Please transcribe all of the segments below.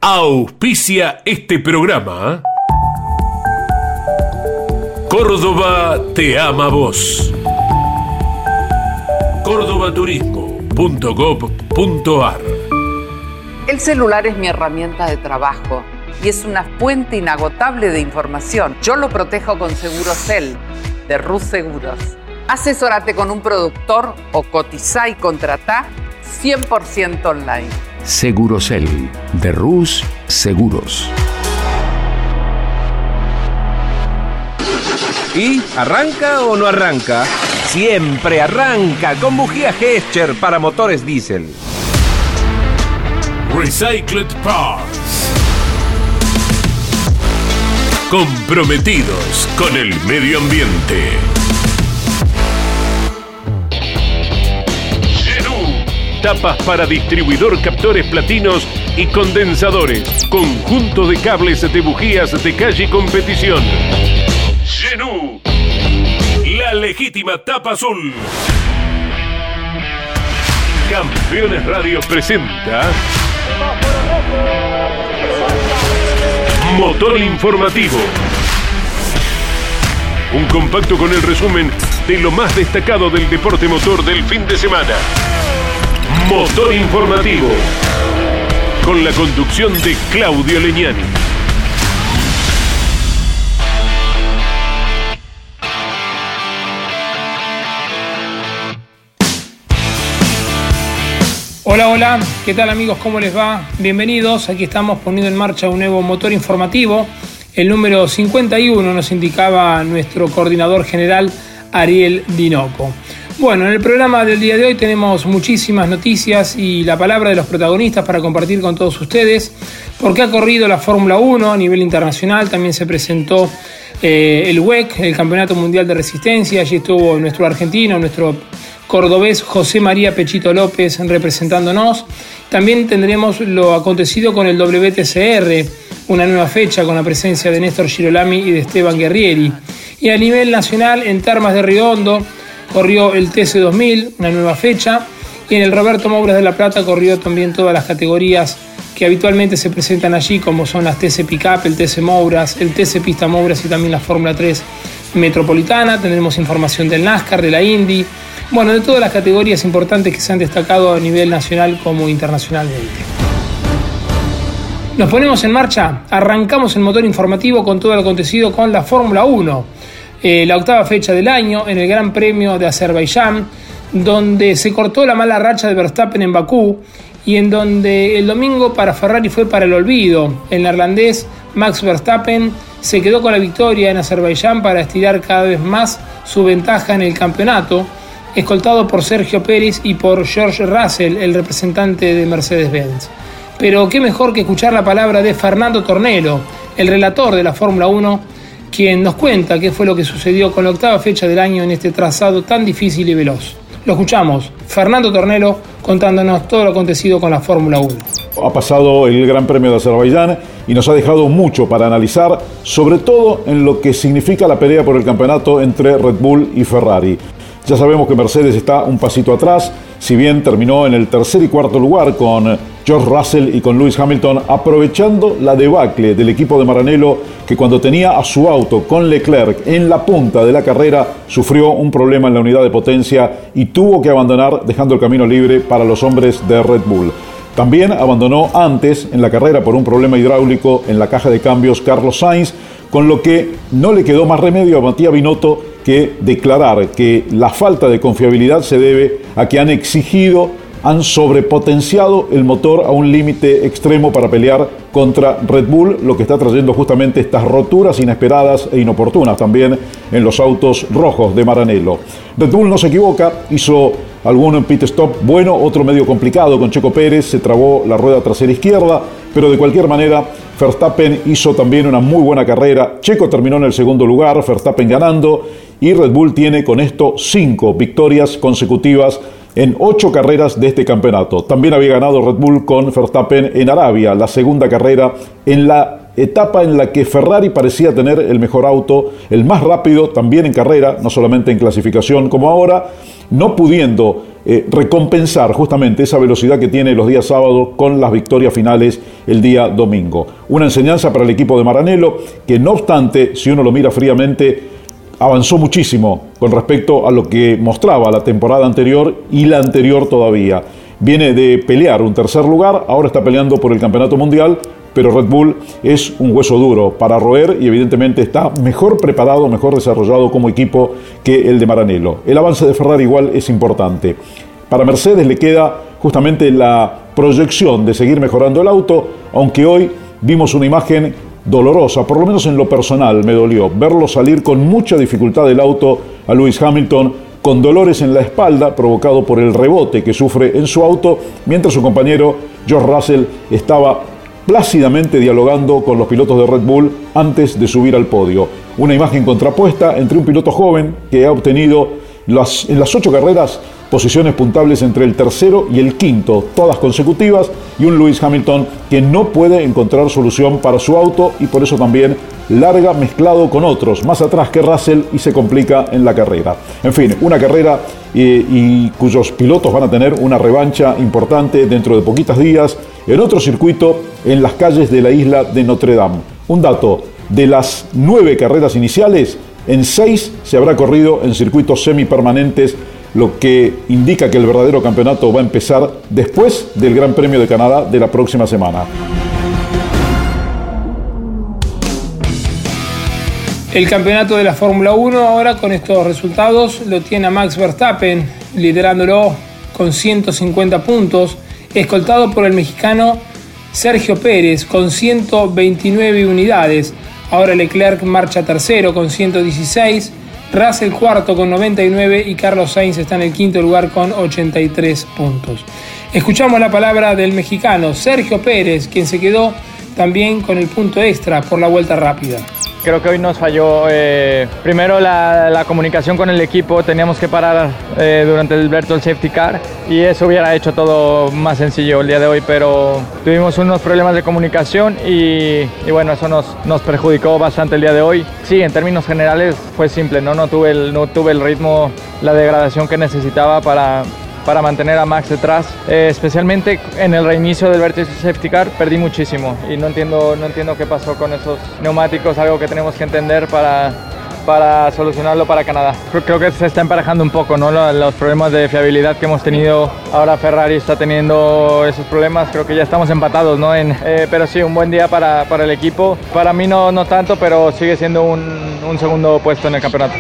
auspicia este programa. Córdoba te ama a vos. cordobaturismo.gov.ar. El celular es mi herramienta de trabajo y es una fuente inagotable de información. Yo lo protejo con Segurocel, de Rus Seguros. Asesórate con un productor o cotizá y contratá 100% online. Segurocel, de Rus Seguros. ¿Y arranca o no arranca? Siempre arranca con bujía Gescher para motores diésel. Recycled Parts. Comprometidos con el medio ambiente. Tapas para distribuidor, captores platinos y condensadores. Conjunto de cables de bujías de calle y competición. Genú, la legítima tapa azul. Campeones Radio presenta Motor Informativo. Un compacto con el resumen de lo más destacado del deporte motor del fin de semana. Motor Informativo, con la conducción de Claudio Leñani. Hola, hola, ¿qué tal amigos? ¿Cómo les va? Bienvenidos, aquí estamos poniendo en marcha un nuevo motor informativo. El número 51 nos indicaba nuestro coordinador general Ariel Dinoco. Bueno, en el programa del día de hoy tenemos muchísimas noticias y la palabra de los protagonistas para compartir con todos ustedes, porque ha corrido la Fórmula 1 a nivel internacional, también se presentó el WEC, el Campeonato Mundial de Resistencia, allí estuvo nuestro argentino, nuestro cordobés José María Pechito López representándonos. También tendremos lo acontecido con el WTCR, una nueva fecha con la presencia de Néstor Girolami y de Esteban Guerrieri. Y a nivel nacional, en Termas de Riondo, corrió el TC2000, una nueva fecha, y en el Roberto Mouras de La Plata corrió también todas las categorías que habitualmente se presentan allí, como son las TC Pickup, el TC Mouras, el TC Pista Mouras y también la Fórmula 3 Metropolitana. Tendremos información del NASCAR, de la Indy, bueno, de todas las categorías importantes que se han destacado a nivel nacional como internacionalmente. Nos ponemos en marcha, arrancamos el motor informativo con todo lo acontecido con la Fórmula 1. La octava fecha del año en el Gran Premio de Azerbaiyán, donde se cortó la mala racha de Verstappen en Bakú y en donde el domingo para Ferrari fue para el olvido. El neerlandés Max Verstappen se quedó con la victoria en Azerbaiyán para estirar cada vez más su ventaja en el campeonato, escoltado por Sergio Pérez y por George Russell, el representante de Mercedes-Benz. Pero qué mejor que escuchar la palabra de Fernando Tornello, el relator de la Fórmula 1, quien nos cuenta qué fue lo que sucedió con la octava fecha del año en este trazado tan difícil y veloz. Lo escuchamos, Fernando Tornello contándonos todo lo acontecido con la Fórmula 1. Ha pasado el Gran Premio de Azerbaiyán y nos ha dejado mucho para analizar, sobre todo en lo que significa la pelea por el campeonato entre Red Bull y Ferrari. Ya sabemos que Mercedes está un pasito atrás, si bien terminó en el tercer y cuarto lugar con George Russell y con Lewis Hamilton, aprovechando la debacle del equipo de Maranello, que cuando tenía a su auto con Leclerc en la punta de la carrera, sufrió un problema en la unidad de potencia y tuvo que abandonar, dejando el camino libre para los hombres de Red Bull. También abandonó antes en la carrera por un problema hidráulico en la caja de cambios Carlos Sainz, con lo que no le quedó más remedio a Matías Binotto que declarar que la falta de confiabilidad se debe a que han sobrepotenciado el motor a un límite extremo para pelear contra Red Bull, lo que está trayendo justamente estas roturas inesperadas e inoportunas también en los autos rojos de Maranello. Red Bull no se equivoca, hizo algún pit stop bueno, otro medio complicado con Checo Pérez, se trabó la rueda trasera izquierda, pero de cualquier manera Verstappen hizo también una muy buena carrera. Checo terminó en el segundo lugar, Verstappen ganando, y Red Bull tiene con esto 5 victorias consecutivas en 8 carreras de este campeonato. También había ganado Red Bull con Verstappen en Arabia, la segunda carrera en la etapa en la que Ferrari parecía tener el mejor auto, el más rápido también en carrera, no solamente en clasificación como ahora, no pudiendo recompensar justamente esa velocidad que tiene los días sábados con las victorias finales el día domingo. Una enseñanza para el equipo de Maranello que, no obstante, si uno lo mira fríamente, avanzó muchísimo con respecto a lo que mostraba la temporada anterior y la anterior todavía. Viene de pelear un tercer lugar, ahora está peleando por el campeonato mundial, pero Red Bull es un hueso duro para roer y evidentemente está mejor preparado, mejor desarrollado como equipo que el de Maranello. El avance de Ferrari igual es importante. Para Mercedes le queda justamente la proyección de seguir mejorando el auto, aunque hoy vimos una imagen dolorosa, por lo menos en lo personal me dolió, verlo salir con mucha dificultad del auto a Lewis Hamilton, con dolores en la espalda provocado por el rebote que sufre en su auto, mientras su compañero George Russell estaba plácidamente dialogando con los pilotos de Red Bull antes de subir al podio. Una imagen contrapuesta entre un piloto joven que ha obtenido en las 8 carreras posiciones puntables entre el tercero y el quinto, todas consecutivas, y un Lewis Hamilton que no puede encontrar solución para su auto y por eso también larga mezclado con otros más atrás que Russell y se complica en la carrera. En fin, una carrera y cuyos pilotos van a tener una revancha importante dentro de poquitos días en otro circuito en las calles de la isla de Notre Dame. Un dato, de las 9 carreras iniciales, en 6 se habrá corrido en circuitos semipermanentes, lo que indica que el verdadero campeonato va a empezar después del Gran Premio de Canadá de la próxima semana. El campeonato de la Fórmula 1 ahora con estos resultados lo tiene a Max Verstappen liderándolo con 150 puntos, escoltado por el mexicano Sergio Pérez con 129 unidades. Ahora Leclerc marcha tercero con 116, Russell cuarto con 99 y Carlos Sainz está en el quinto lugar con 83 puntos. Escuchamos la palabra del mexicano Sergio Pérez, quien se quedó también con el punto extra por la vuelta rápida. Creo que hoy nos falló primero la comunicación con el equipo, teníamos que parar durante el Virtual Safety Car y eso hubiera hecho todo más sencillo el día de hoy, pero tuvimos unos problemas de comunicación y bueno, eso nos perjudicó bastante el día de hoy. Sí, en términos generales fue simple, no tuve el ritmo, la degradación que necesitaba para mantener a Max detrás, especialmente en el reinicio del Virtual Safety Car perdí muchísimo y no entiendo qué pasó con esos neumáticos, algo que tenemos que entender para solucionarlo para Canadá. Creo que se está emparejando un poco, ¿no? Los problemas de fiabilidad que hemos tenido, ahora Ferrari está teniendo esos problemas, creo que ya estamos empatados, ¿no? Pero sí, un buen día para el equipo, para mí no tanto, pero sigue siendo un segundo puesto en el campeonato.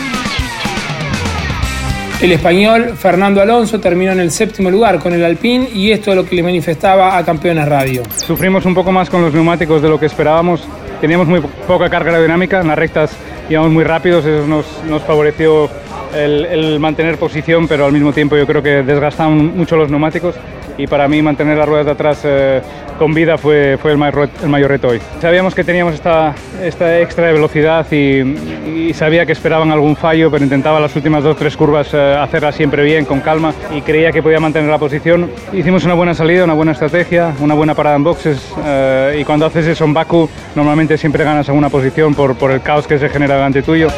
El español Fernando Alonso terminó en el 7º lugar con el Alpine y esto es lo que le manifestaba a Campeones Radio. Sufrimos un poco más con los neumáticos de lo que esperábamos, teníamos muy poca carga aerodinámica, en las rectas íbamos muy rápidos, eso nos favoreció el mantener posición, pero al mismo tiempo yo creo que desgastaban mucho los neumáticos y para mí mantener las ruedas de atrás con vida fue el mayor reto hoy. Sabíamos que teníamos esta extra de velocidad y sabía que esperaban algún fallo, pero intentaba las últimas 2-3 curvas hacerlas siempre bien, con calma, y creía que podía mantener la posición. Hicimos una buena salida, una buena estrategia, una buena parada en boxes y cuando haces eso en Bakú normalmente siempre ganas alguna posición por el caos que se genera delante tuyo.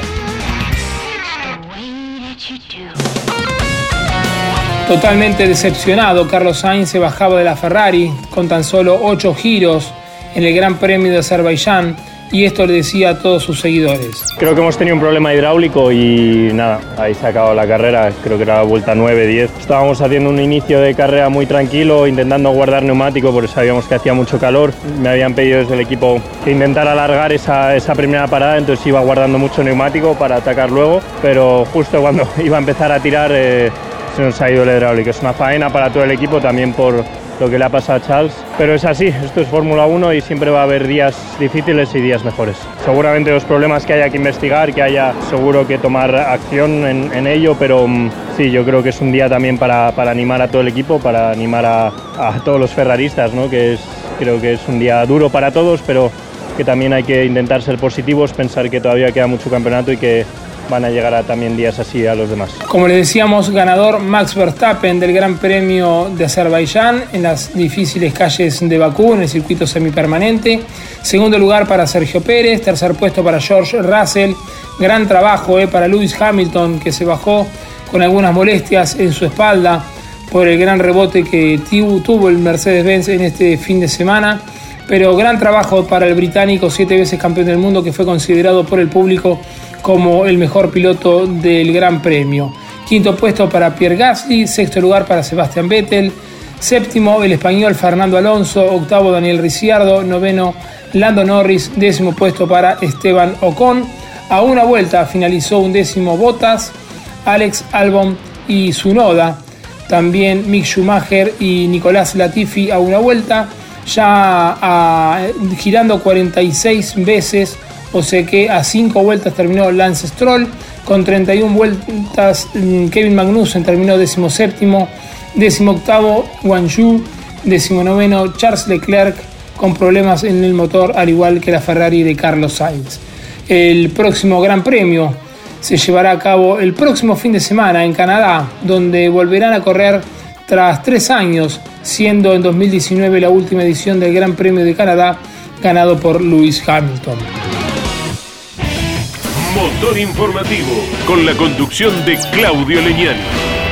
Totalmente decepcionado, Carlos Sainz se bajaba de la Ferrari con tan solo 8 giros en el Gran Premio de Azerbaiyán y esto le decía a todos sus seguidores. Creo que hemos tenido un problema hidráulico y nada, ahí se ha acabado la carrera, creo que era la vuelta 9-10. Estábamos haciendo un inicio de carrera muy tranquilo, intentando guardar neumático porque sabíamos que hacía mucho calor. Me habían pedido desde el equipo que intentara alargar esa primera parada, entonces iba guardando mucho neumático para atacar luego, pero justo cuando iba a empezar a tirar se nos ha ido el hidráulico. Es una faena para todo el equipo, también por lo que le ha pasado a Charles, pero es así, esto es Fórmula 1 y siempre va a haber días difíciles y días mejores. Seguramente los problemas que haya que investigar, que haya seguro que tomar acción en ello, pero sí, yo creo que es un día también para animar a todo el equipo, para animar a todos los ferraristas, ¿no? Creo que es un día duro para todos, pero que también hay que intentar ser positivos, pensar que todavía queda mucho campeonato y que van a llegar también días así a los demás. Como les decíamos, ganador Max Verstappen del Gran Premio de Azerbaiyán en las difíciles calles de Bakú, en el circuito semipermanente. Segundo lugar para Sergio Pérez, tercer puesto para George Russell. Gran trabajo para Lewis Hamilton, que se bajó con algunas molestias en su espalda por el gran rebote que tuvo el Mercedes-Benz en este fin de semana. Pero gran trabajo para el británico, 7 veces campeón del mundo, que fue considerado por el público como el mejor piloto del Gran Premio. Quinto puesto para Pierre Gasly, sexto lugar para Sebastian Vettel, séptimo el español Fernando Alonso, octavo Daniel Ricciardo, noveno Lando Norris, décimo puesto para Esteban Ocon. A una vuelta finalizó undécimo Bottas, Alex Albon y Tsunoda, también Mick Schumacher y Nicolás Latifi a una vuelta, ya girando 46 veces, o sea que a 5 vueltas terminó Lance Stroll, con 31 vueltas Kevin Magnussen terminó 17º, 18º Guan Yu, 19º Charles Leclerc, con problemas en el motor, al igual que la Ferrari de Carlos Sainz. El próximo Gran Premio se llevará a cabo el próximo fin de semana en Canadá, donde volverán a correr tras 3 años, siendo en 2019 la última edición del Gran Premio de Canadá, ganado por Lewis Hamilton. Motor informativo, con la conducción de Claudio Leñani.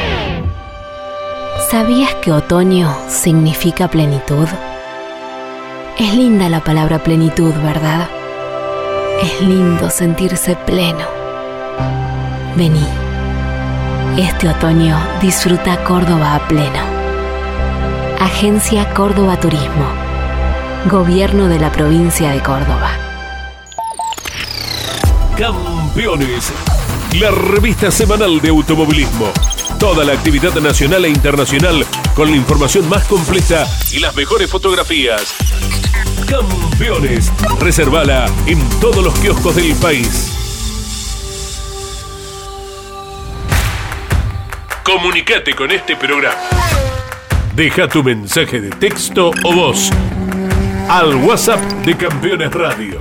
¿Sabías que otoño significa plenitud? Es linda la palabra plenitud, ¿verdad? Es lindo sentirse pleno. Vení. Este otoño disfruta Córdoba a pleno. Agencia Córdoba Turismo. Gobierno de la provincia de Córdoba. Campeones, la revista semanal de automovilismo. Toda la actividad nacional e internacional con la información más completa y las mejores fotografías. Campeones, reservala en todos los kioscos del país. Comunicate con este programa. Deja tu mensaje de texto o voz al WhatsApp de Campeones Radio.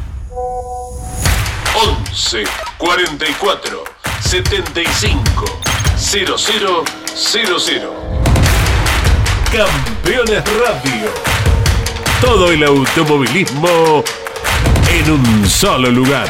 11 44 75 0000. Campeones Radio. Todo el automovilismo en un solo lugar.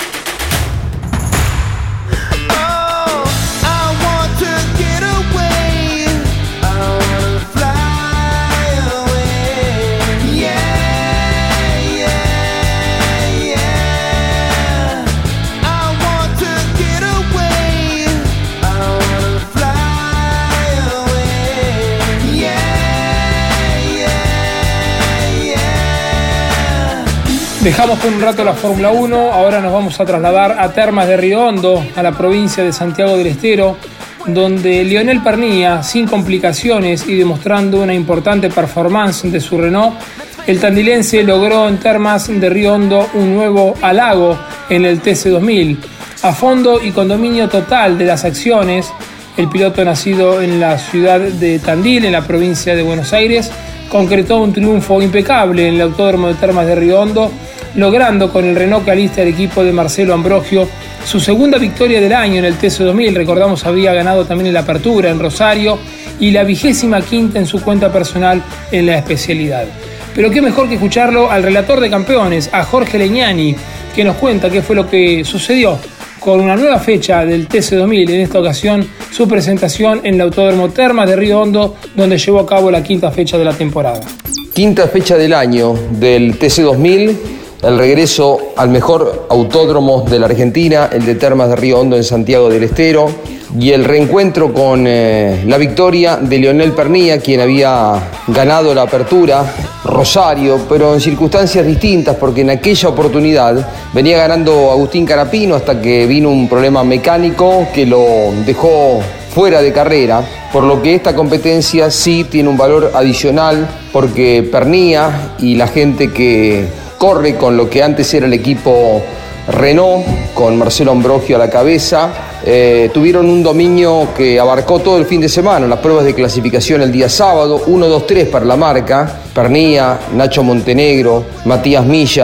Dejamos por un rato la Fórmula 1, ahora nos vamos a trasladar a Termas de Riondo, a la provincia de Santiago del Estero, donde Lionel Pernía, sin complicaciones y demostrando una importante performance de su Renault, el tandilense logró en Termas de Riondo un nuevo halago en el TC2000. A fondo y con dominio total de las acciones, el piloto nacido en la ciudad de Tandil, en la provincia de Buenos Aires, concretó un triunfo impecable en el Autódromo de Termas de Riondo, logrando con el Renault que alista el equipo de Marcelo Ambrogio su segunda victoria del año en el TC2000. Recordamos, había ganado también en la Apertura en Rosario y la 25ª en su cuenta personal en la especialidad. Pero qué mejor que escucharlo al relator de campeones, a Jorge Leñani, que nos cuenta qué fue lo que sucedió con una nueva fecha del TC2000, en esta ocasión su presentación en el Autódromo Termas de Riondo, donde llevó a cabo la 5ª fecha de la temporada. 5ª fecha del año del TC2000, el regreso al mejor autódromo de la Argentina, el de Termas de Riondo en Santiago del Estero, y el reencuentro con la victoria de Lionel Pernía, quien había ganado la Apertura, Rosario, pero en circunstancias distintas, porque en aquella oportunidad venía ganando Agustín Canapino hasta que vino un problema mecánico que lo dejó fuera de carrera, por lo que esta competencia sí tiene un valor adicional, porque Pernía y la gente que corre con lo que antes era el equipo Renault, con Marcelo Ambrogio a la cabeza, tuvieron un dominio que abarcó todo el fin de semana. Las pruebas de clasificación el día sábado, 1, 2, 3 para la marca, Pernía, Nacho Montenegro, Matías Milla,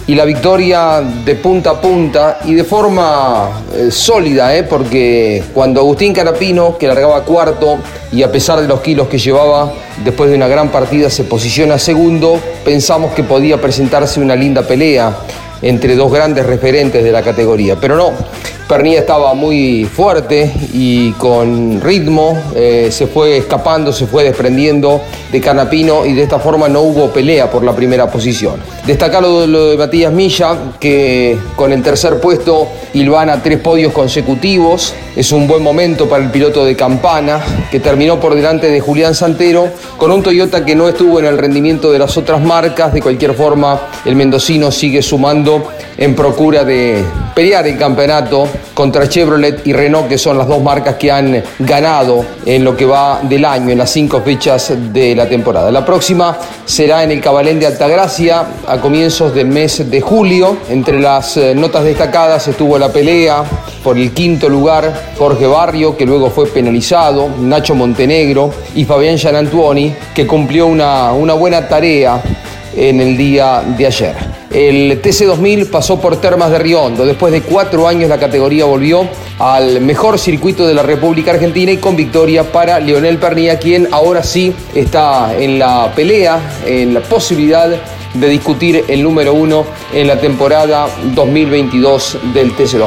y la victoria de punta a punta y de forma sólida, porque cuando Agustín Canapino, que largaba cuarto y a pesar de los kilos que llevaba, después de una gran partida se posiciona segundo, pensamos que podía presentarse una linda pelea entre dos grandes referentes de la categoría, pero no. Pernía estaba muy fuerte y con ritmo, se fue escapando, se fue desprendiendo de Canapino y de esta forma no hubo pelea por la primera posición. Destacar lo de Matías Milla, que con el tercer puesto hilvana 3 podios consecutivos. Es un buen momento para el piloto de Campana, que terminó por delante de Julián Santero, con un Toyota que no estuvo en el rendimiento de las otras marcas. De cualquier forma, el mendocino sigue sumando en procura de pelear el campeonato contra Chevrolet y Renault, que son las dos marcas que han ganado en lo que va del año, en las 5 fechas de la temporada. La próxima será en el Cabalén de Altagracia a comienzos del mes de julio. Entre las notas destacadas estuvo la pelea por el 5º lugar, Jorge Barrio, que luego fue penalizado, Nacho Montenegro y Fabián Gianantuoni, que cumplió una buena tarea en el día de ayer. El TC2000 pasó por Termas de Río Hondo. Después de 4 años la categoría volvió al mejor circuito de la República Argentina y con victoria para Leonel Pernía, quien ahora sí está en la pelea, en la posibilidad de discutir el número 1 en la temporada 2022 del TC2000.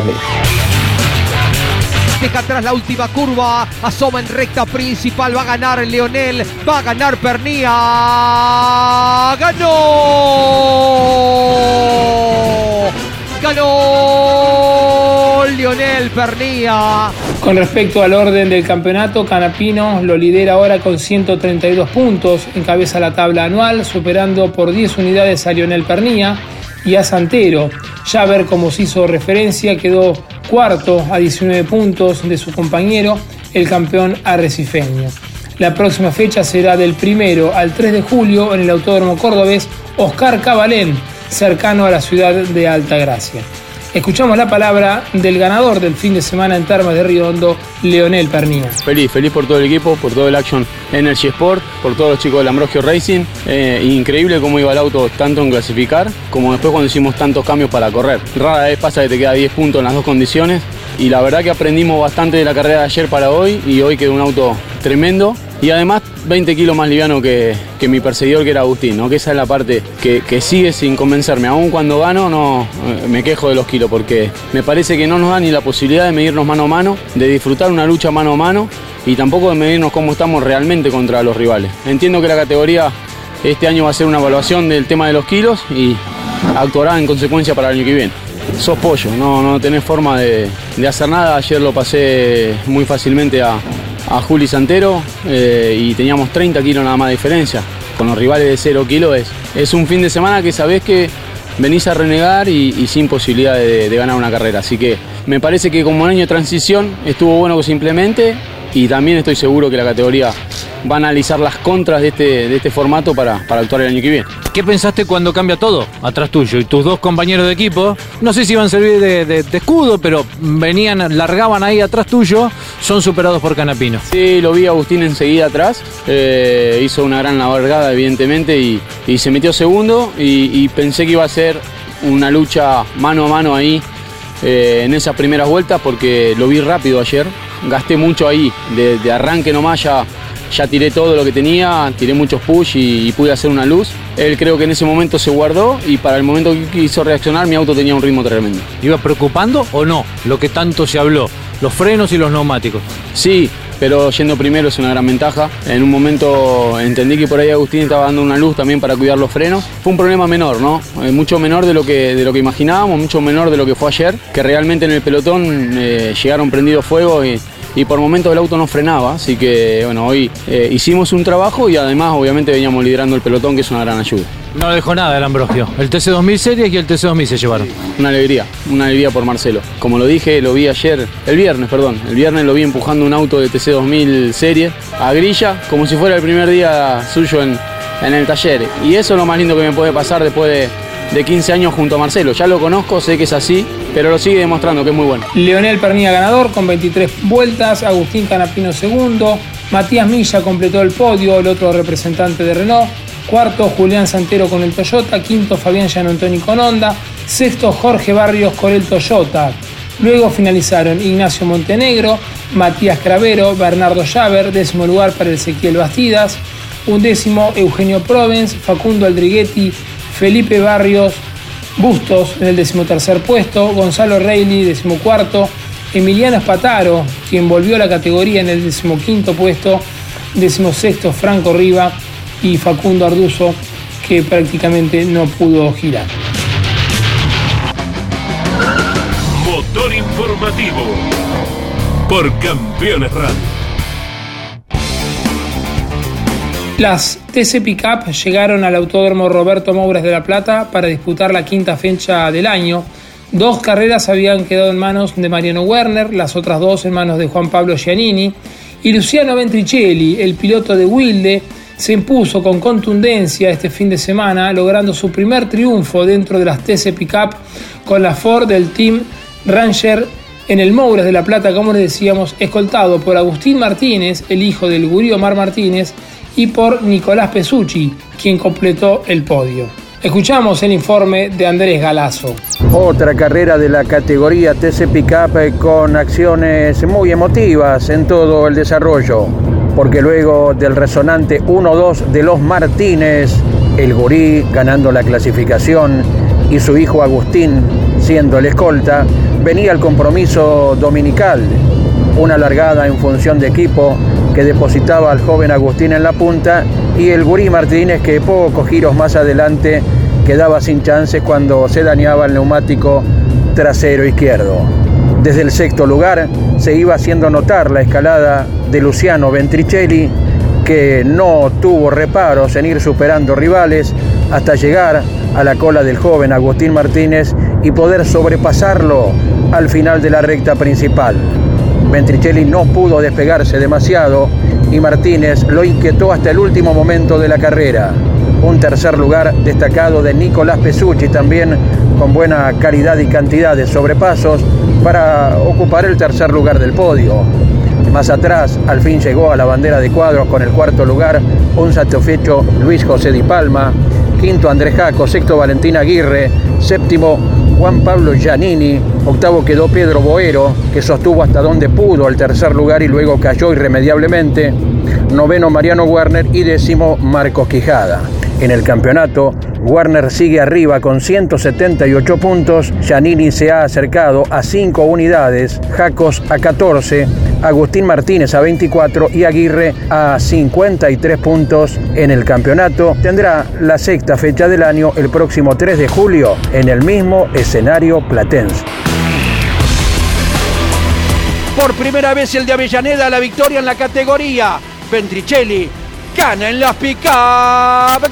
Deja atrás la última curva, asoma en recta principal, va a ganar Leonel, va a ganar Pernía. ¡Ganó! ¡Ganó Leonel Pernía! Con respecto al orden del campeonato, Canapino lo lidera ahora con 132 puntos, encabeza la tabla anual, superando por 10 unidades a Leonel Pernía y a Santero. Ya a ver cómo se hizo referencia, quedó cuarto a 19 puntos de su compañero, el campeón arrecifeño. La próxima fecha será del 1 al 3 de julio en el Autódromo Cordobés Oscar Cabalén, cercano a la ciudad de Altagracia. Escuchamos la palabra del ganador del fin de semana en Termas de Río Hondo, Leonel Pernía. Feliz por todo el equipo, por todo el Action Energy Sport, por todos los chicos del Ambrosio Racing. Increíble cómo iba el auto tanto en clasificar como después cuando hicimos tantos cambios para correr. Rara vez pasa que te queda 10 puntos en las dos condiciones y la verdad que aprendimos bastante de la carrera de ayer para hoy y hoy quedó un auto tremendo. Y además 20 kilos más liviano que mi perseguidor, que era Agustín, ¿no? Que esa es la parte que sigue sin convencerme. Aún cuando gano no me quejo de los kilos, porque me parece que no nos da ni la posibilidad de medirnos mano a mano, de disfrutar una lucha mano a mano y tampoco de medirnos cómo estamos realmente contra los rivales. Entiendo que la categoría este año va a ser una evaluación del tema de los kilos y actuará en consecuencia para el año que viene. Sos pollo, no tenés forma de hacer nada. Ayer lo pasé muy fácilmente a Juli Santero y teníamos 30 kilos nada más de diferencia. Con los rivales de 0 kilos es un fin de semana que sabés que venís a renegar y sin posibilidad de ganar una carrera. Así que me parece que como un año de transición estuvo bueno que se implemente y también estoy seguro que la categoría va a analizar las contras de este formato para actuar el año que viene. ¿Qué pensaste cuando cambia todo atrás tuyo y tus dos compañeros de equipo? No sé si iban a servir de escudo, pero largaban ahí atrás tuyo, son superados por Canapino. Sí, lo vi a Agustín enseguida atrás, hizo una gran largada evidentemente y se metió segundo y pensé que iba a ser una lucha mano a mano ahí en esas primeras vueltas porque lo vi rápido ayer, gasté mucho ahí, de arranque nomás ya tiré todo lo que tenía, tiré muchos push y pude hacer una luz. Él creo que en ese momento se guardó y para el momento que quiso reaccionar mi auto tenía un ritmo tremendo. ¿Iba preocupando o no lo que tanto se habló? Los frenos y los neumáticos. Sí, pero yendo primero es una gran ventaja. En un momento entendí que por ahí Agustín estaba dando una luz también para cuidar los frenos. Fue un problema menor, ¿no? Mucho menor de lo que imaginábamos, mucho menor de lo que fue ayer, que realmente en el pelotón llegaron prendidos fuego y por momentos el auto no frenaba, así que bueno, hoy hicimos un trabajo y además obviamente veníamos liderando el pelotón, que es una gran ayuda. No dejó nada el Ambrosio, el TC2000 Series y el TC2000 se llevaron. Una alegría por Marcelo. Como lo dije, lo vi ayer, el viernes lo vi empujando un auto de TC2000 Series a grilla, como si fuera el primer día suyo en el taller. Y eso es lo más lindo que me puede pasar después de 15 años junto a Marcelo. Ya lo conozco, sé que es así, pero lo sigue demostrando que es muy bueno. Leonel Pernía ganador con 23 vueltas, Agustín Canapino segundo, Matías Milla completó el podio, el otro representante de Renault, Cuarto, Julián Santero con el Toyota. Quinto, Fabián Gianantoni con Honda. Sexto, Jorge Barrios con el Toyota. Luego finalizaron Ignacio Montenegro, Matías Cravero, Bernardo Llaver. 10º lugar para Ezequiel Bastidas. 11º, Eugenio Provence, Facundo Aldriguetti, Felipe Barrios Bustos en el 13º puesto. Gonzalo Reilly, 14º. Emiliano Spataro, quien volvió a la categoría, en el 15º puesto. 16º, Franco Riva y Facundo Arduzo, que prácticamente no pudo girar. Motor informativo por Campeones Radio. Las TC Pickup llegaron al Autódromo Roberto Mouras de La Plata para disputar la quinta fecha del año. 2 carreras habían quedado en manos de Mariano Werner, las otras 2 en manos de Juan Pablo Giannini. Y Luciano Ventricelli, el piloto de Wilde, se impuso con contundencia este fin de semana, logrando su primer triunfo dentro de las TC Pickup con la Ford del Team Ranger en el Mouras de La Plata, como les decíamos, escoltado por Agustín Martínez, el hijo del Gurí Omar Martínez, y por Nicolás Pesucci, quien completó el podio. Escuchamos el informe de Andrés Galazo. Otra carrera de la categoría TC Pickup con acciones muy emotivas en todo el desarrollo, porque luego del resonante 1-2 de los Martínez, el Gurí ganando la clasificación y su hijo Agustín siendo el escolta, venía el compromiso dominical, una largada en función de equipo que depositaba al joven Agustín en la punta y el Gurí Martínez, que pocos giros más adelante quedaba sin chances cuando se dañaba el neumático trasero izquierdo. Desde el 6º lugar se iba haciendo notar la escalada de Luciano Ventricelli, que no tuvo reparos en ir superando rivales hasta llegar a la cola del joven Agustín Martínez y poder sobrepasarlo al final de la recta principal. Ventricelli no pudo despegarse demasiado y Martínez lo inquietó hasta el último momento de la carrera. Un tercer lugar destacado de Nicolás Pesucci, también con buena calidad y cantidad de sobrepasos para ocupar el tercer lugar del podio. Más atrás, al fin llegó a la bandera de cuadros con el 4º lugar un satisfecho Luis José Di Palma, 5º Andrés Jaco, 6º Valentín Aguirre, 7º Juan Pablo Giannini, 8º quedó Pedro Boero, que sostuvo hasta donde pudo el tercer lugar y luego cayó irremediablemente, 9º Mariano Werner y 10º Marcos Quijada. En el campeonato, Werner sigue arriba con 178 puntos, Giannini se ha acercado a 5 unidades, Jacos a 14, Agustín Martínez a 24 y Aguirre a 53 puntos. En el campeonato tendrá la 6ª fecha del año el próximo 3 de julio en el mismo escenario platense. Por primera vez el de Avellaneda la victoria en la categoría. Ventricelli gana en las pick-up.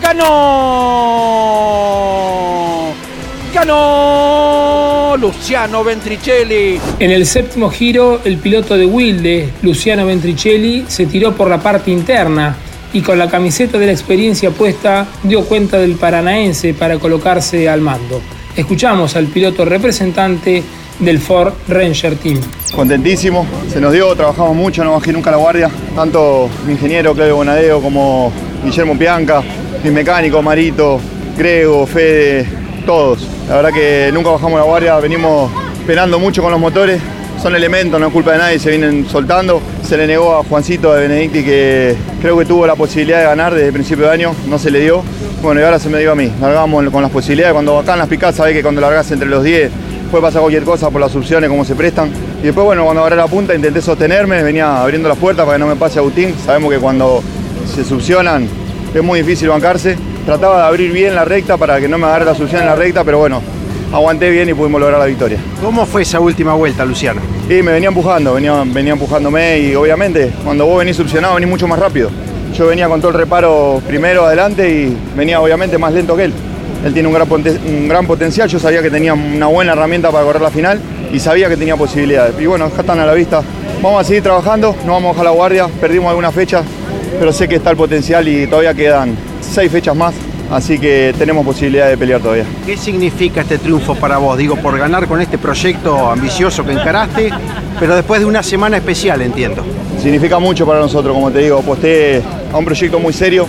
¡Ganó! Luciano Ventricelli. En el 7º giro, el piloto de Wilde, Luciano Ventricelli, se tiró por la parte interna y con la camiseta de la experiencia puesta dio cuenta del paranaense para colocarse al mando. Escuchamos al piloto representante del Ford Ranger Team. Contentísimo, se nos dio, trabajamos mucho, no bajé nunca la guardia. Tanto mi ingeniero Claudio Bonadeo como Guillermo Pianca, mi mecánico Marito, Grego, Fede, todos. La verdad que nunca bajamos la guardia, venimos penando mucho con los motores. Son elementos, no es culpa de nadie, se vienen soltando. Se le negó a Juancito de Benedicti, que creo que tuvo la posibilidad de ganar desde el principio de año, no se le dio. Bueno, y ahora se me dio a mí. Largamos con las posibilidades. Cuando acá en las picadas sabés que cuando largás entre los 10 puede pasar cualquier cosa por las opciones, cómo se prestan. Y después, bueno, cuando agarré la punta intenté sostenerme, venía abriendo las puertas para que no me pase Agustín. Sabemos que cuando se succionan es muy difícil bancarse. Trataba de abrir bien la recta para que no me agarre la succión en la recta, pero bueno, aguanté bien y pudimos lograr la victoria. ¿Cómo fue esa última vuelta, Luciano? Y me venía empujando, venía empujándome y obviamente cuando vos venís succionado venís mucho más rápido. Yo venía con todo el reparo primero adelante y venía obviamente más lento que él. Él tiene un gran potencial, yo sabía que tenía una buena herramienta para correr la final y sabía que tenía posibilidades. Y bueno, acá están a la vista. Vamos a seguir trabajando, no vamos a bajar la guardia, perdimos algunas fechas, pero sé que está el potencial y todavía quedan 6 fechas más. Así que tenemos posibilidad de pelear todavía. ¿Qué significa este triunfo para vos? Digo, por ganar con este proyecto ambicioso que encaraste, pero después de una semana especial, entiendo. Significa mucho para nosotros, como te digo. Aposté a un proyecto muy serio,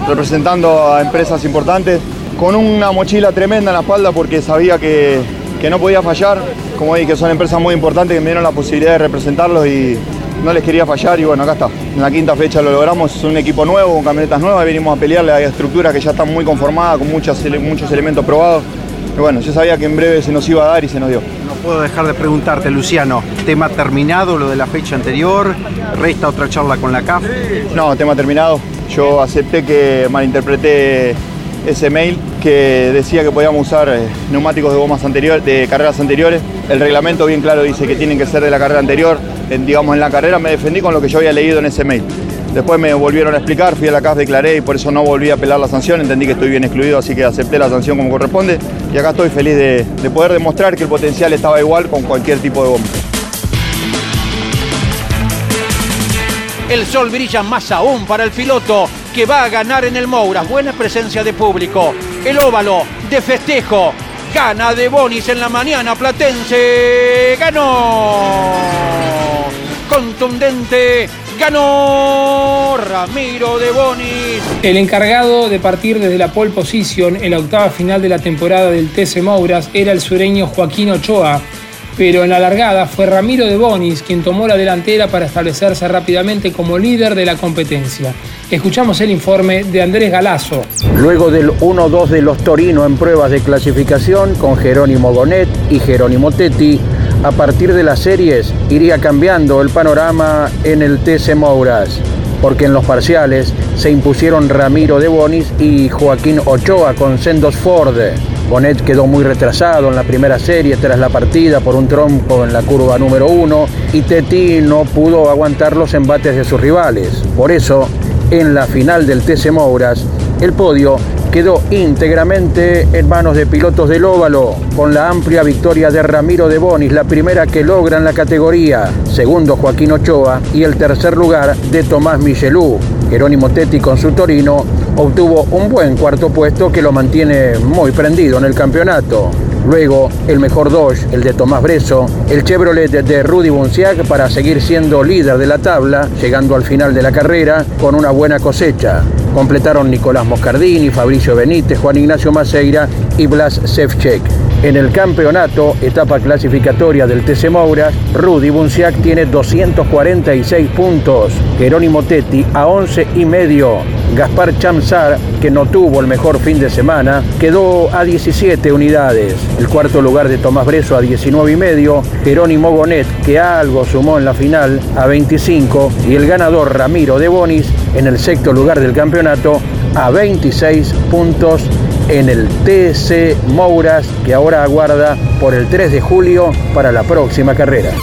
representando a empresas importantes, con una mochila tremenda en la espalda porque sabía que no podía fallar. Como dije, que son empresas muy importantes que me dieron la posibilidad de representarlos y no les quería fallar y bueno, acá está. En la quinta fecha lo logramos, es un equipo nuevo, con camionetas nuevas, venimos a pelearle a estructuras que ya están muy conformadas, con muchos elementos probados. Y bueno, yo sabía que en breve se nos iba a dar y se nos dio. No puedo dejar de preguntarte, Luciano, ¿tema terminado lo de la fecha anterior? ¿Resta otra charla con la CAF? No, tema terminado. Yo acepté que malinterpreté ese mail que decía que podíamos usar neumáticos de gomas anteriores, de carreras anteriores. El reglamento bien claro dice que tienen que ser de la carrera anterior. Digamos, en la carrera me defendí con lo que yo había leído en ese mail. Después me volvieron a explicar, fui a la CAF, declaré y por eso no volví a apelar la sanción. Entendí que estoy bien excluido, así que acepté la sanción como corresponde. Y acá estoy feliz de poder demostrar que el potencial estaba igual con cualquier tipo de goma. El sol brilla más aún para el piloto que va a ganar en el Mouras. Buena presencia de público. El óvalo de festejo. Gana De Bonis en la mañana platense. ¡Ganó! Contundente. Ganó Ramiro De Bonis. El encargado de partir desde la pole position en la octava final de la temporada del TC Mouras era el sureño Joaquín Ochoa, pero en la largada fue Ramiro De Bonis quien tomó la delantera para establecerse rápidamente como líder de la competencia. Escuchamos el informe de Andrés Galazo. Luego del 1-2 de los Torino en pruebas de clasificación con Jerónimo Gonet y Jerónimo Tetti, a partir de las series iría cambiando el panorama en el TC Mouras, porque en los parciales se impusieron Ramiro De Bonis y Joaquín Ochoa con sendos Ford. Bonet quedó muy retrasado en la primera serie tras la partida por un trompo en la curva número 1 y Tetti no pudo aguantar los embates de sus rivales. Por eso, en la final del TC Mouras, el podio quedó íntegramente en manos de pilotos del óvalo, con la amplia victoria de Ramiro De Bonis, la primera que logra en la categoría, segundo Joaquín Ochoa y el tercer lugar de Tomás Michelou. Jerónimo Tetti con su Torino obtuvo un buen cuarto puesto que lo mantiene muy prendido en el campeonato. Luego, el mejor Dodge, el de Tomás Bresso, el Chevrolet de Rudy Bunciac para seguir siendo líder de la tabla, llegando al final de la carrera con una buena cosecha. Completaron Nicolás Moscardini, Fabricio Benítez, Juan Ignacio Maceira y Blas Sevchek. En el campeonato, etapa clasificatoria del TC Mouras, Rudy Bunciac tiene 246 puntos, Jerónimo Tetti a 11,5. Gaspar Chamsar, que no tuvo el mejor fin de semana, quedó a 17 unidades. El cuarto lugar de Tomás Bresso a 19,5, Jerónimo Gonet, que algo sumó en la final, a 25, y el ganador Ramiro De Bonis en el sexto lugar del campeonato a 26 puntos en el TC Mouras, que ahora aguarda por el 3 de julio para la próxima carrera.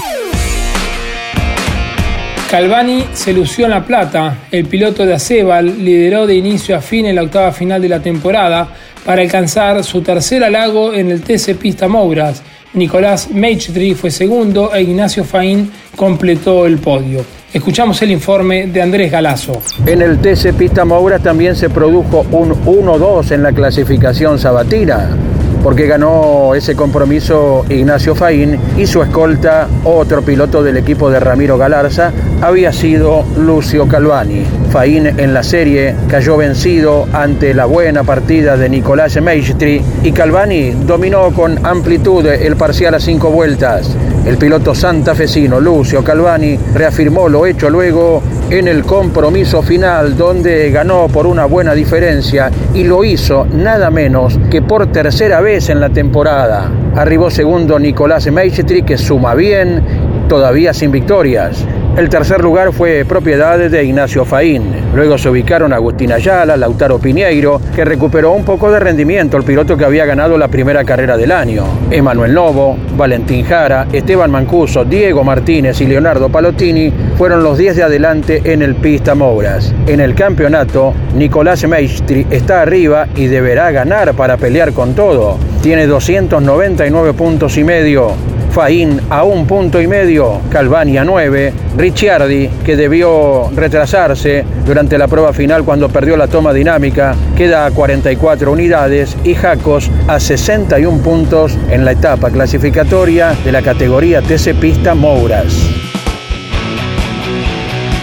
Calvani se lució en La Plata. El piloto de Acebal lideró de inicio a fin en la octava final de la temporada para alcanzar su tercer halago en el TC Pista Mouras. Nicolás Meichtri fue segundo e Ignacio Faín completó el podio. Escuchamos el informe de Andrés Galazo. En el TC Pista Mouras también se produjo un 1-2 en la clasificación sabatina, porque ganó ese compromiso Ignacio Faín y su escolta, otro piloto del equipo de Ramiro Galarza, había sido Lucio Calvani. Faín en la serie cayó vencido ante la buena partida de Nicolás Meichtri y Calvani dominó con amplitud el parcial a 5 vueltas. El piloto santafesino Lucio Calvani reafirmó lo hecho luego en el compromiso final, donde ganó por una buena diferencia y lo hizo nada menos que por tercera vez en la temporada. Arribó segundo Nicolás Meichtri, que suma bien, todavía sin victorias. El tercer lugar fue propiedad de Ignacio Faín. Luego se ubicaron Agustín Ayala, Lautaro Piñeiro, que recuperó un poco de rendimiento, el piloto que había ganado la primera carrera del año. Emanuel Novo, Valentín Jara, Esteban Mancuso, Diego Martínez y Leonardo Palottini fueron los 10 de adelante en el Pista Mouras. En el campeonato, Nicolás Meichtri está arriba y deberá ganar para pelear con todo. Tiene 299 puntos y medio. Faín a 1,5 punto, Calvani a 9, Ricciardi, que debió retrasarse durante la prueba final cuando perdió la toma dinámica, queda a 44 unidades y Jacos a 61 puntos en la etapa clasificatoria de la categoría TC Pista Mouras.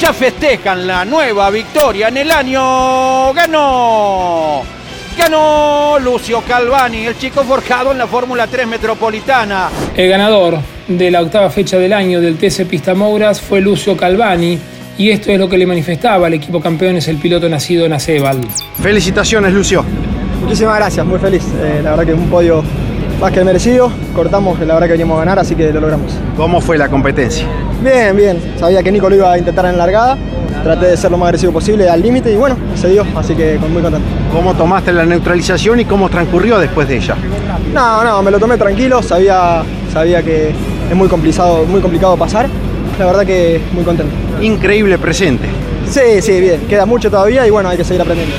ya festejan la nueva victoria en el año. Ganó Lucio Calvani, el chico forjado en la Fórmula 3 Metropolitana. El ganador de la octava fecha del año del TC Pista Mouras fue Lucio Calvani, y esto es lo que le manifestaba al equipo campeones el piloto nacido en Acebal. Felicitaciones, Lucio. Muchísimas gracias, muy feliz. La verdad que es un podio más que merecido. Cortamos, la verdad que veníamos a ganar, así que lo logramos. ¿Cómo fue la competencia? Bien. Sabía que Nico lo iba a intentar en largada. Traté de ser lo más agresivo posible, al límite, y bueno, se dio, así que muy contento. ¿Cómo tomaste la neutralización y cómo transcurrió después de ella? No, me lo tomé tranquilo. Sabía que es muy complicado pasar. La verdad que muy contento. Increíble presente. Sí, bien. Queda mucho todavía y bueno, hay que seguir aprendiendo.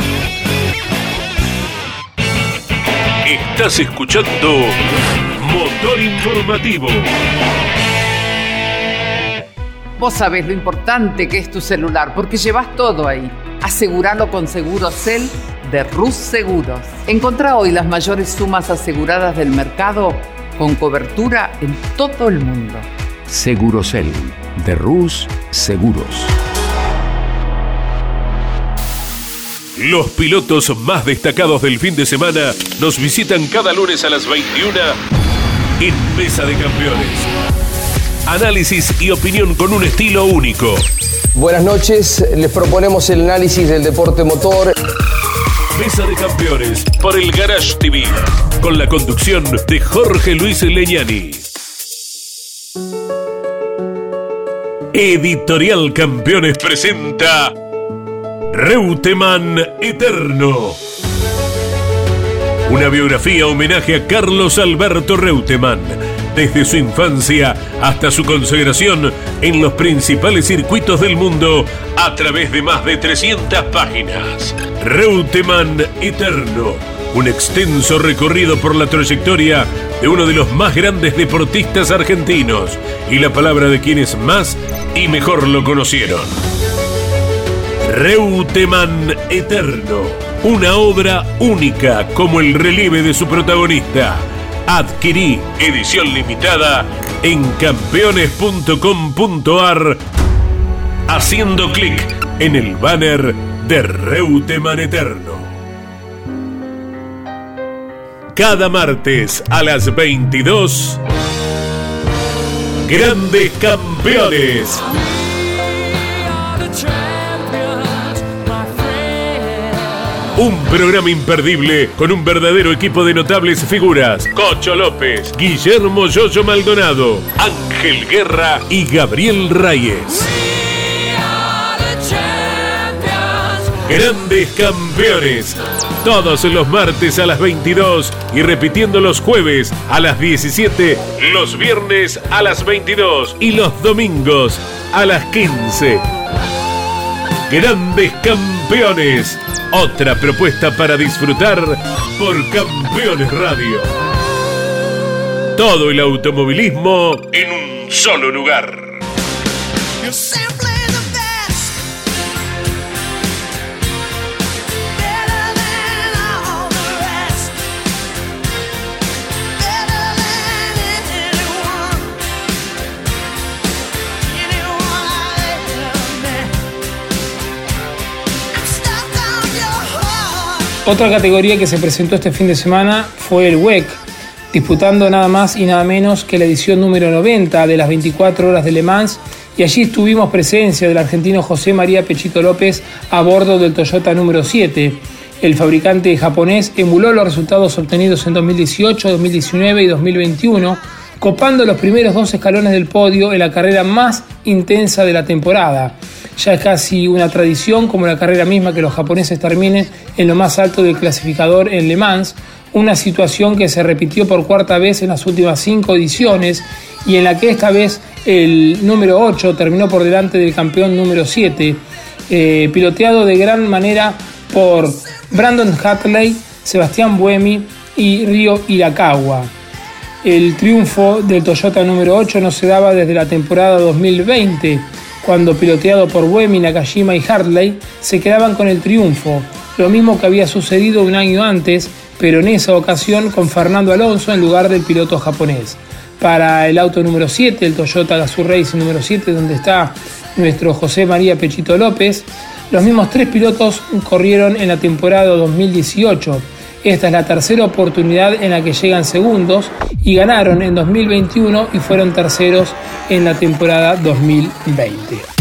Estás escuchando Motor Informativo. Vos sabés lo importante que es tu celular, porque llevas todo ahí. Aseguralo con Segurocel de Rus Seguros. Encontrá hoy las mayores sumas aseguradas del mercado con cobertura en todo el mundo. Segurocel de Rus Seguros. Los pilotos más destacados del fin de semana nos visitan cada lunes a las 21 en Mesa de Campeones. Análisis y opinión con un estilo único. Buenas noches, les proponemos el análisis del deporte motor. Mesa de Campeones por el Garage TV, con la conducción de Jorge Luis Leñani. Editorial Campeones presenta Reutemann Eterno. Una biografía homenaje a Carlos Alberto Reutemann, desde su infancia hasta su consagración en los principales circuitos del mundo a través de más de 300 páginas. Reutemann Eterno, un extenso recorrido por la trayectoria de uno de los más grandes deportistas argentinos y la palabra de quienes más y mejor lo conocieron. Reutemann Eterno, una obra única como el relieve de su protagonista. Adquirí edición limitada en campeones.com.ar haciendo clic en el banner de Reutemann Eterno. Cada martes a las 22, Grandes Campeones. Un programa imperdible con un verdadero equipo de notables figuras: Cocho López, Guillermo Yoyo Maldonado, Ángel Guerra y Gabriel Reyes. Grandes Campeones, todos los martes a las 22 y repitiendo los jueves a las 17, los viernes a las 22 y los domingos a las 15. Grandes Campeones, otra propuesta para disfrutar por Campeones Radio. Todo el automovilismo en un solo lugar. Otra categoría que se presentó este fin de semana fue el WEC, disputando nada más y nada menos que la edición número 90 de las 24 horas de Le Mans, y allí tuvimos presencia del argentino José María Pechito López a bordo del Toyota número 7. El fabricante japonés emuló los resultados obtenidos en 2018, 2019 y 2021, copando los primeros 2 escalones del podio en la carrera más intensa de la temporada. Ya es casi una tradición, como la carrera misma, que los japoneses terminen en lo más alto del clasificador en Le Mans, una situación que se repitió por cuarta vez en las últimas 5 ediciones y en la que esta vez el número 8 terminó por delante del campeón número 7, piloteado de gran manera por Brandon Hartley, Sebastián Buemi y Ryo Hirakawa. El triunfo del Toyota número 8 no se daba desde la temporada 2020, cuando piloteado por Buemi, Nakajima y Hartley se quedaban con el triunfo, lo mismo que había sucedido un año antes, pero en esa ocasión con Fernando Alonso en lugar del piloto japonés. Para el auto número 7, el Toyota Gazoo Racing número 7, donde está nuestro José María Pechito López. Los mismos 3 pilotos corrieron en la temporada 2018. Esta es la tercera oportunidad en la que llegan segundos y ganaron en 2021 y fueron terceros en la temporada 2020.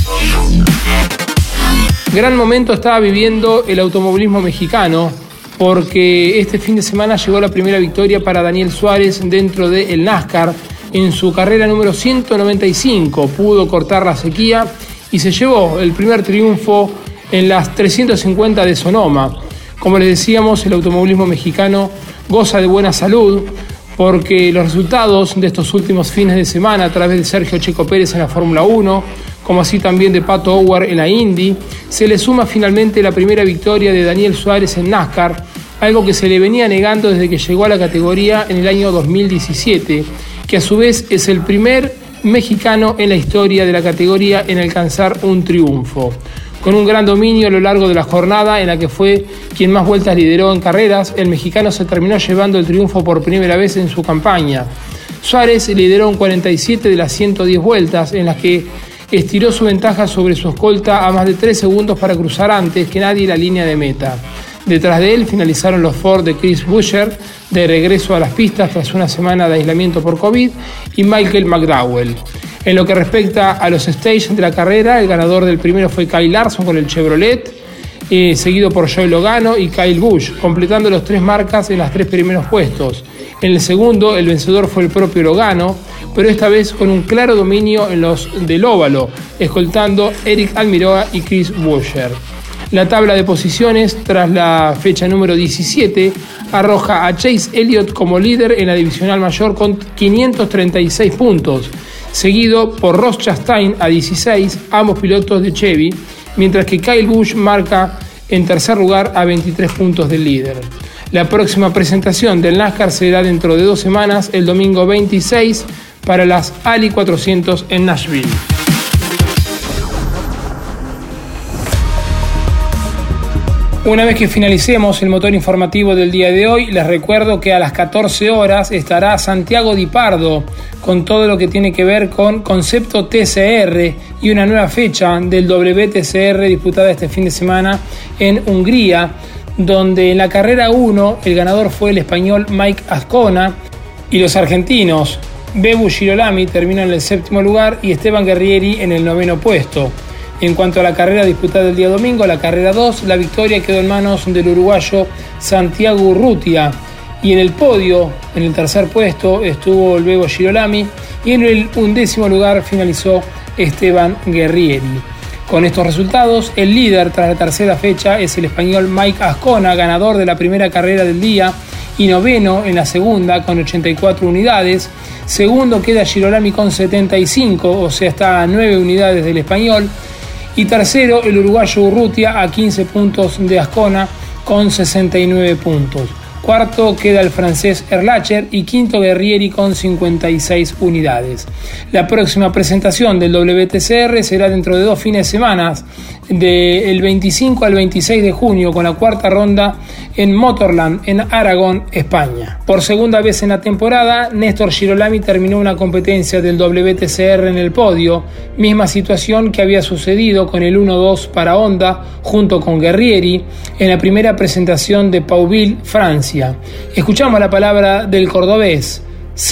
Gran momento estaba viviendo el automovilismo mexicano, porque este fin de semana llegó la primera victoria para Daniel Suárez dentro del NASCAR. En su carrera número 195 pudo cortar la sequía y se llevó el primer triunfo en las 350 de Sonoma. Como les decíamos, el automovilismo mexicano goza de buena salud, porque los resultados de estos últimos fines de semana a través de Sergio Checo Pérez en la Fórmula 1, como así también de Pato O'Ward en la Indy, se le suma finalmente la primera victoria de Daniel Suárez en NASCAR, algo que se le venía negando desde que llegó a la categoría en el año 2017, que a su vez es el primer mexicano en la historia de la categoría en alcanzar un triunfo. Con un gran dominio a lo largo de la jornada en la que fue quien más vueltas lideró en carreras, el mexicano se terminó llevando el triunfo por primera vez en su campaña. Suárez lideró en 47 de las 110 vueltas, en las que estiró su ventaja sobre su escolta a más de 3 segundos para cruzar antes que nadie la línea de meta. Detrás de él finalizaron los Ford de Chris Buescher, de regreso a las pistas tras una semana de aislamiento por COVID, y Michael McDowell. En lo que respecta a los stages de la carrera, el ganador del primero fue Kyle Larson con el Chevrolet, seguido por Joey Logano y Kyle Busch, completando los 3 marcas en los 3 primeros puestos. En el segundo, el vencedor fue el propio Logano, pero esta vez con un claro dominio en los del óvalo, escoltando Eric Almirola y Chris Buescher. La tabla de posiciones, tras la fecha número 17, arroja a Chase Elliott como líder en la divisional mayor con 536 puntos, seguido por Ross Chastain a 16, ambos pilotos de Chevy, mientras que Kyle Busch marca en tercer lugar a 23 puntos del líder. La próxima presentación del NASCAR será dentro de 2 semanas, el domingo 26, para las Ali 400 en Nashville. Una vez que finalicemos el motor informativo del día de hoy, les recuerdo que a las 14 horas estará Santiago Di Pardo con todo lo que tiene que ver con Concepto TCR y una nueva fecha del WTCR disputada este fin de semana en Hungría, donde en la carrera 1 el ganador fue el español Mike Azcona y los argentinos Bebu Girolami terminó en el 7º lugar y Esteban Guerrieri en el 9º puesto. En cuanto a la carrera disputada el día domingo, la carrera 2, la victoria quedó en manos del uruguayo Santiago Urrutia. Y en el podio, en el tercer puesto, estuvo el Bebu Girolami y en el 11º lugar finalizó Esteban Guerrieri. Con estos resultados, el líder tras la tercera fecha es el español Mike Azcona, ganador de la primera carrera del día y 9º en la segunda con 84 unidades. Segundo queda Girolami con 75, o sea, está a 9 unidades del español. Y tercero, el uruguayo Urrutia a 15 puntos de Azcona con 69 puntos. Cuarto queda el francés Erlacher y quinto Guerrieri con 56 unidades. La próxima presentación del WTCR será dentro de 2 fines de semana, del 25 al 26 de junio, con la cuarta ronda en Motorland, en Aragón, España. Por segunda vez en la temporada, Néstor Girolami terminó una competencia del WTCR en el podio, misma situación que había sucedido con el 1-2 para Honda junto con Guerrieri en la primera presentación de Pauville, Francia. Escuchamos la palabra del cordobés,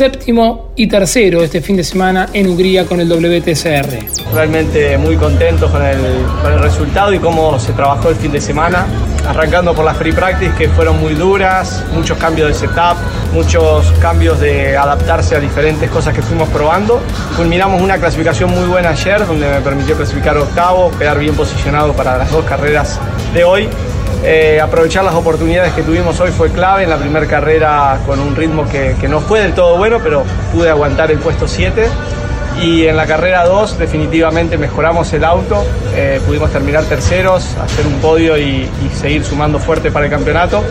7º y 3º este fin de semana en Hungría con el WTCR. Realmente muy contentos con el resultado y cómo se trabajó el fin de semana, arrancando por las free practice que fueron muy duras, muchos cambios de setup, muchos cambios de adaptarse a diferentes cosas que fuimos probando. Culminamos una clasificación muy buena ayer, donde me permitió clasificar 8º, quedar bien posicionado para las 2 carreras de hoy. Aprovechar las oportunidades que tuvimos hoy fue clave. En la primera carrera con un ritmo que no fue del todo bueno, pero pude aguantar el puesto 7, y en la carrera 2 definitivamente mejoramos el auto, pudimos terminar terceros, hacer un podio y seguir sumando fuerte para el campeonato.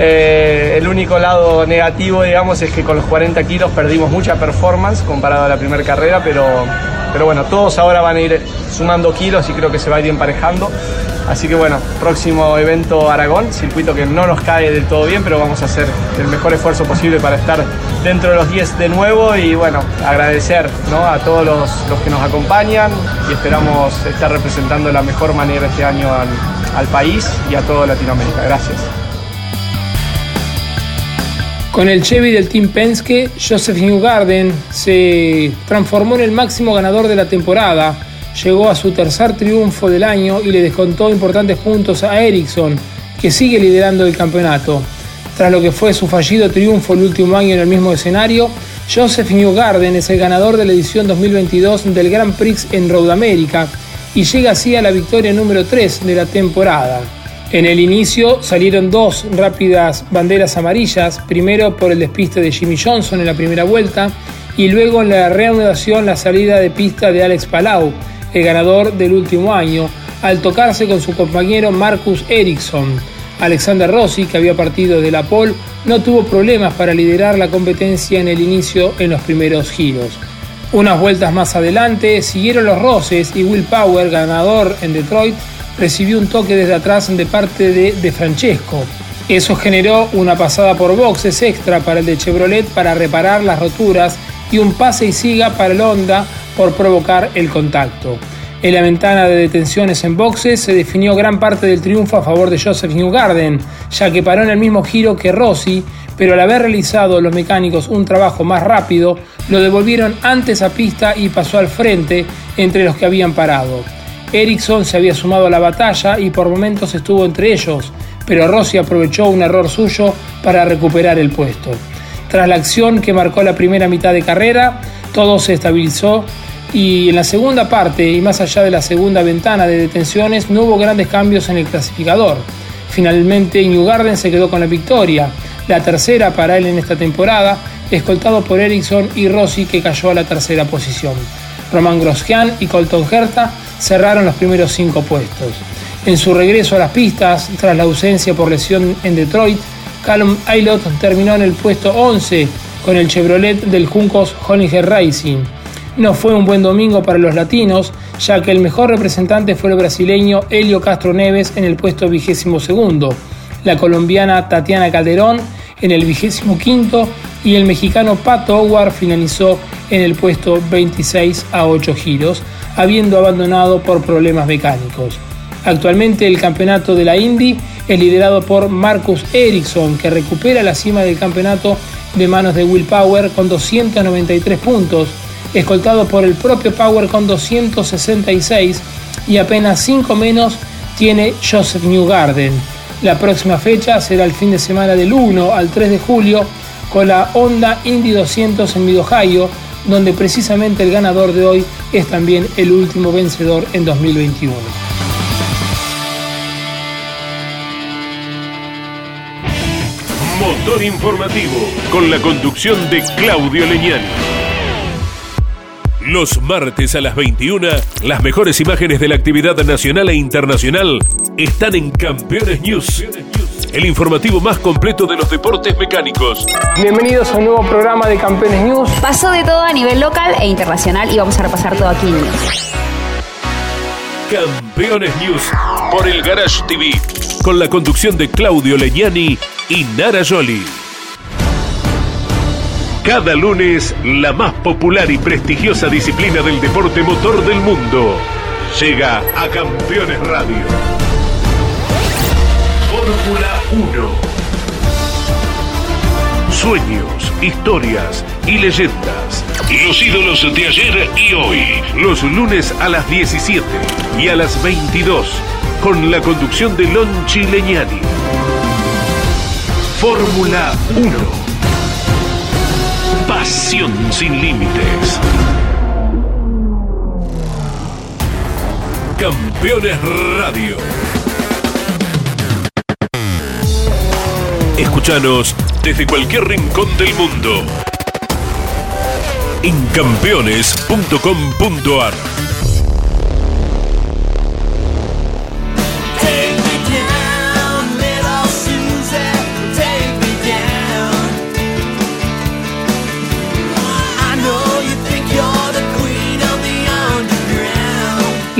El único lado negativo, digamos, es que con los 40 kilos perdimos mucha performance comparado a la primera carrera, pero bueno, todos ahora van a ir sumando kilos y creo que se va a ir emparejando. Así que bueno, próximo evento Aragón, circuito que no nos cae del todo bien, pero vamos a hacer el mejor esfuerzo posible para estar dentro de los 10 de nuevo y bueno, agradecer, ¿no?, a todos los que nos acompañan y esperamos estar representando de la mejor manera este año al país y a toda Latinoamérica. Gracias. Con el Chevy del Team Penske, Joseph Newgarden se transformó en el máximo ganador de la temporada. Llegó a su tercer triunfo del año y le descontó importantes puntos a Ericsson, que sigue liderando el campeonato. Tras lo que fue su fallido triunfo el último año en el mismo escenario, Joseph Newgarden es el ganador de la edición 2022 del Grand Prix en Road America y llega así a la victoria número 3 de la temporada. En el inicio salieron dos rápidas banderas amarillas, primero por el despiste de Jimmy Johnson en la primera vuelta y luego en la reanudación la salida de pista de Alex Palou, el ganador del último año, al tocarse con su compañero Marcus Ericsson. Alexander Rossi, que había partido de la pole, no tuvo problemas para liderar la competencia en el inicio en los primeros giros. Unas vueltas más adelante siguieron los roces y Will Power, ganador en Detroit, recibió un toque desde atrás de parte de Francesco. Eso generó una pasada por boxes extra para el de Chevrolet para reparar las roturas y un pase y siga para el Honda por provocar el contacto. En la ventana de detenciones en boxes se definió gran parte del triunfo a favor de Joseph Newgarden, ya que paró en el mismo giro que Rossi, pero al haber realizado los mecánicos un trabajo más rápido, lo devolvieron antes a pista y pasó al frente entre los que habían parado. Ericsson se había sumado a la batalla y por momentos estuvo entre ellos, pero Rossi aprovechó un error suyo para recuperar el puesto. Tras la acción que marcó la primera mitad de carrera, todo se estabilizó y en la segunda parte y más allá de la segunda ventana de detenciones no hubo grandes cambios en el clasificador. Finalmente Newgarden se quedó con la victoria, la tercera para él en esta temporada, escoltado por Ericsson y Rossi, que cayó a la tercera posición. Romain Grosjean y Colton Herta cerraron los primeros 5 puestos. En su regreso a las pistas, tras la ausencia por lesión en Detroit, Callum Ilott terminó en el puesto 11 con el Chevrolet del Juncos Hollinger Racing. No fue un buen domingo para los latinos, ya que el mejor representante fue el brasileño Helio Castro Neves en el puesto 22º, la colombiana Tatiana Calderón en el 25º y el mexicano Pato Howard finalizó en el puesto 26 a 8 giros, habiendo abandonado por problemas mecánicos. Actualmente el campeonato de la Indy es liderado por Marcus Ericsson, que recupera la cima del campeonato de manos de Will Power con 293 puntos, escoltado por el propio Power con 266 y apenas 5 menos tiene Joseph Newgarden. La próxima fecha será el fin de semana del 1 al 3 de julio con la Honda Indy 200 en Mid-Ohio, donde precisamente el ganador de hoy es también el último vencedor en 2021. Motor Informativo, con la conducción de Claudio Leñani. Los martes a las 21, las mejores imágenes de la actividad nacional e internacional están en Campeones News, el informativo más completo de los deportes mecánicos. Bienvenidos a un nuevo programa de Campeones News. Pasó de todo a nivel local e internacional y vamos a repasar todo aquí en News. Campeones News por el Garage TV, con la conducción de Claudio Leñani y Nara Joli. Cada lunes, la más popular y prestigiosa disciplina del deporte motor del mundo llega a Campeones Radio. Fórmula 1. Sueños, historias y leyendas. Los ídolos de ayer y hoy. Los lunes a las 17 y a las 22. Con la conducción de Lonchi Leñani. Fórmula 1. Pasión sin límites. Campeones Radio. Escúchanos desde cualquier rincón del mundo en campeones.com.ar.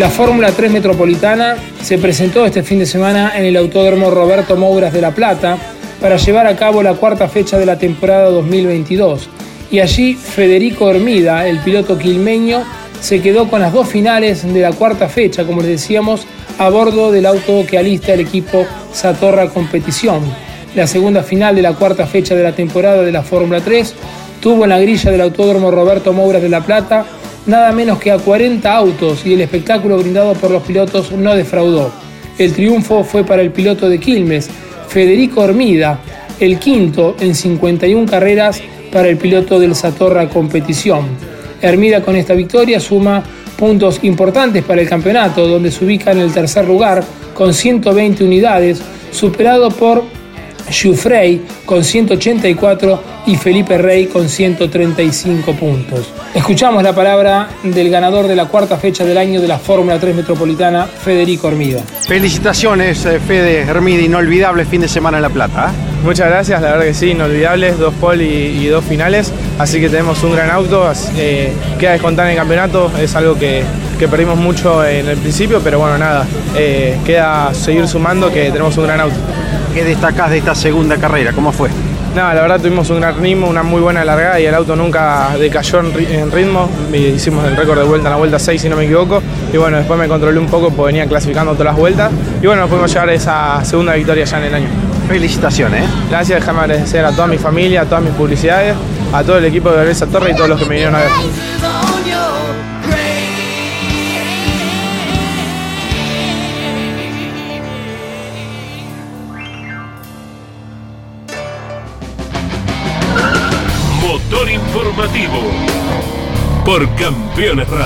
La Fórmula 3 Metropolitana se presentó este fin de semana en el Autódromo Roberto Mouras de La Plata para llevar a cabo la cuarta fecha de la temporada 2022. Y allí Federico Hermida, el piloto quilmeño, se quedó con las dos finales de la cuarta fecha, como les decíamos, a bordo del auto que alista el equipo Satorra Competición. La segunda final de la cuarta fecha de la temporada de la Fórmula 3 tuvo en la grilla del Autódromo Roberto Mouras de La Plata nada menos que a 40 autos y el espectáculo brindado por los pilotos no defraudó. El triunfo fue para el piloto de Quilmes, Federico Hermida, el quinto en 51 carreras para el piloto del Satorra Competición. Hermida con esta victoria suma puntos importantes para el campeonato, donde se ubica en el tercer lugar con 120 unidades, superado por Giuffrey con 184 y Felipe Rey con 135 puntos. Escuchamos la palabra del ganador de la cuarta fecha del año de la Fórmula 3 Metropolitana, Federico Hermida. Felicitaciones, Fede Hermida, inolvidable fin de semana en La Plata. Muchas gracias, la verdad que sí, inolvidables, 2 pole y 2 finales, así que tenemos un gran auto, queda descontar en el campeonato, es algo que perdimos mucho en el principio, pero bueno, nada, queda seguir sumando que tenemos un gran auto. ¿Qué destacás de esta segunda carrera? ¿Cómo fue? Nada, la verdad tuvimos un gran ritmo, una muy buena largada y el auto nunca decayó en ritmo. Hicimos el récord de vuelta en la vuelta 6, si no me equivoco. Y bueno, después me controlé un poco porque venía clasificando todas las vueltas. Y bueno, nos pudimos llevar a esa segunda victoria ya en el año. Felicitaciones. Gracias, déjame agradecer a toda mi familia, a todas mis publicidades, a todo el equipo de Gabriel Satorra y todos los que me vinieron a ver. Motor informativo por Campeones Radio.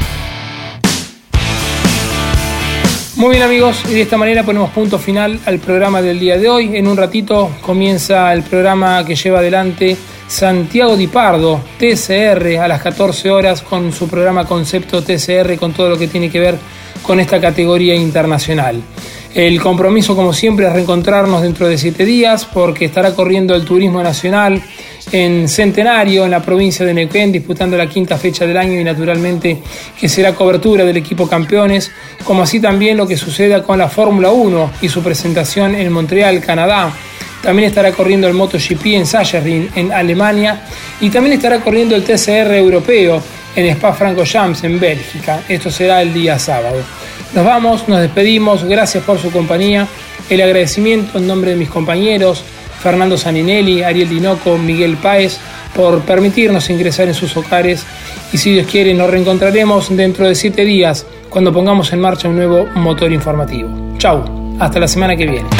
Muy bien, amigos, y de esta manera ponemos punto final al programa del día de hoy. En un ratito comienza el programa que lleva adelante Santiago Di Pardo, TCR, a las 14 horas con su programa Concepto TCR, con todo lo que tiene que ver con esta categoría internacional. El compromiso, como siempre, es reencontrarnos dentro de 7 días porque estará corriendo el Turismo Nacional en Centenario, en la provincia de Neuquén, disputando la quinta fecha del año y naturalmente que será cobertura del equipo campeones, como así también lo que suceda con la Fórmula 1 y su presentación en Montreal, Canadá. También estará corriendo el MotoGP en Sachsenring, en Alemania, y también estará corriendo el TCR europeo en Spa-Francorchamps, en Bélgica. Esto será el día sábado. Nos vamos, nos despedimos, gracias por su compañía. El agradecimiento en nombre de mis compañeros, Fernando Saninelli, Ariel Dinoco, Miguel Páez, por permitirnos ingresar en sus hogares. Y si Dios quiere, nos reencontraremos dentro de 7 días, cuando pongamos en marcha un nuevo motor informativo. Chau, hasta la semana que viene.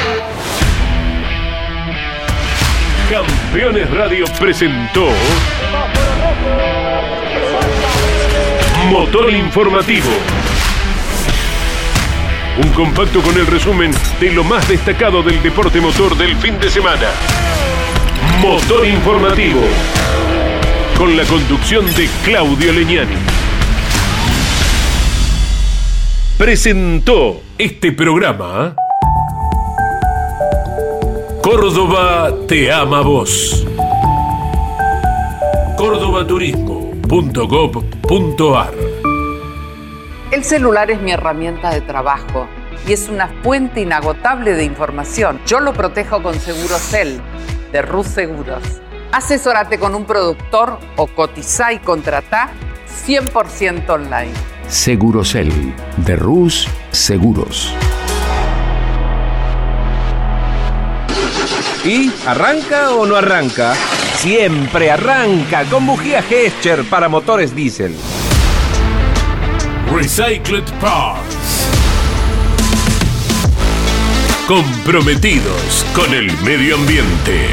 Campeones Radio presentó Motor Informativo. Un compacto con el resumen de lo más destacado del deporte motor del fin de semana. Motor Informativo. Con la conducción de Claudio Leñani. Presentó este programa Córdoba te ama a vos. cordobaturismo.gov.ar. El celular es mi herramienta de trabajo y es una fuente inagotable de información. Yo lo protejo con Segurocel de Rus Seguros. Asesórate con un productor o cotizá y contratá 100% online. Segurocel de Rus Seguros. ¿Y arranca o no arranca? Siempre arranca con bujía Gescher para motores diésel. Recycled Parts. Comprometidos con el medio ambiente.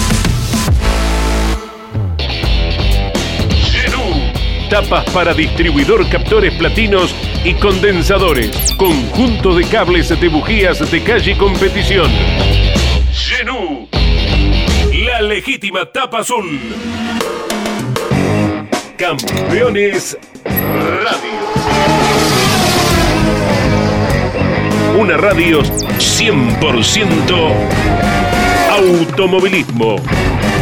Genú. Tapas para distribuidor, captores platinos y condensadores. Conjunto de cables de bujías de calle y competición. Genú. La legítima tapa azul. Campeones Radio. Una radio 100% automovilismo.